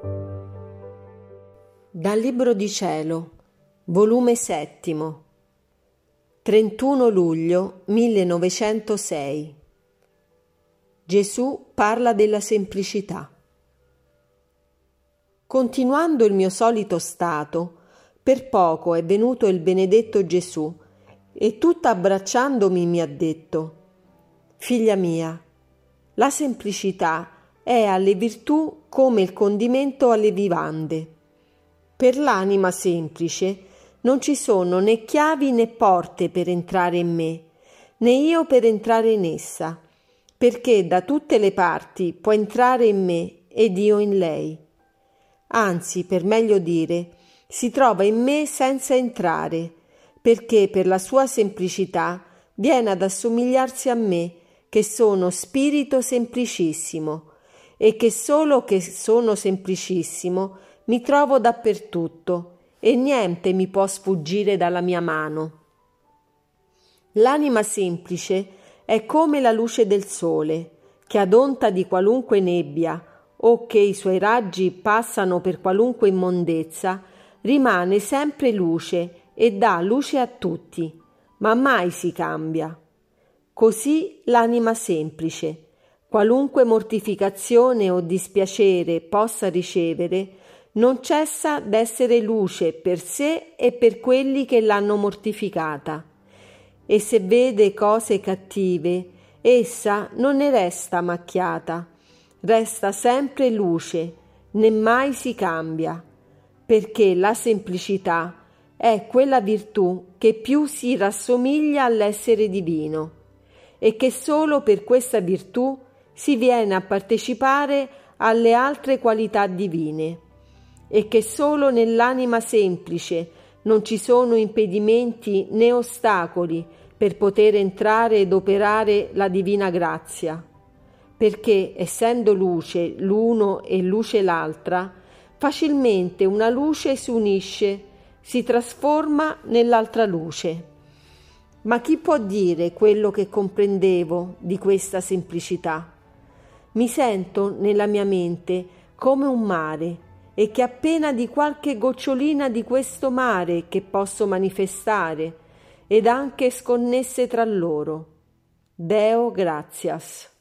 Dal Libro di Cielo, volume 7, 31 luglio 1906. Gesù parla della semplicità. Continuando il mio solito stato, per poco è venuto il benedetto Gesù e tutta abbracciandomi mi ha detto: «Figlia mia, la semplicità è alle virtù come il condimento alle vivande. Per l'anima semplice non ci sono né chiavi né porte per entrare in me, né io per entrare in essa, perché da tutte le parti può entrare in me ed io in lei. Anzi, per meglio dire, si trova in me senza entrare, perché per la sua semplicità viene ad assomigliarsi a me, che sono spirito semplicissimo, e che solo che sono semplicissimo mi trovo dappertutto e niente mi può sfuggire dalla mia mano. L'anima semplice è come la luce del sole, che ad onta di qualunque nebbia o che i suoi raggi passano per qualunque immondezza, rimane sempre luce e dà luce a tutti, ma mai si cambia. Così l'anima semplice, qualunque mortificazione o dispiacere possa ricevere, non cessa d'essere luce per sé e per quelli che l'hanno mortificata. E se vede cose cattive, essa non ne resta macchiata, resta sempre luce, né mai si cambia, perché la semplicità è quella virtù che più si rassomiglia all'essere divino, e che solo per questa virtù si viene a partecipare alle altre qualità divine, e che solo nell'anima semplice non ci sono impedimenti né ostacoli per poter entrare ed operare la divina grazia, perché essendo luce l'uno e luce l'altra, facilmente una luce si unisce, si trasforma nell'altra luce. Ma chi può dire quello che comprendevo di questa semplicità? Mi sento nella mia mente come un mare, e che appena di qualche gocciolina di questo mare che posso manifestare, ed anche sconnesse tra loro. Deo gratias.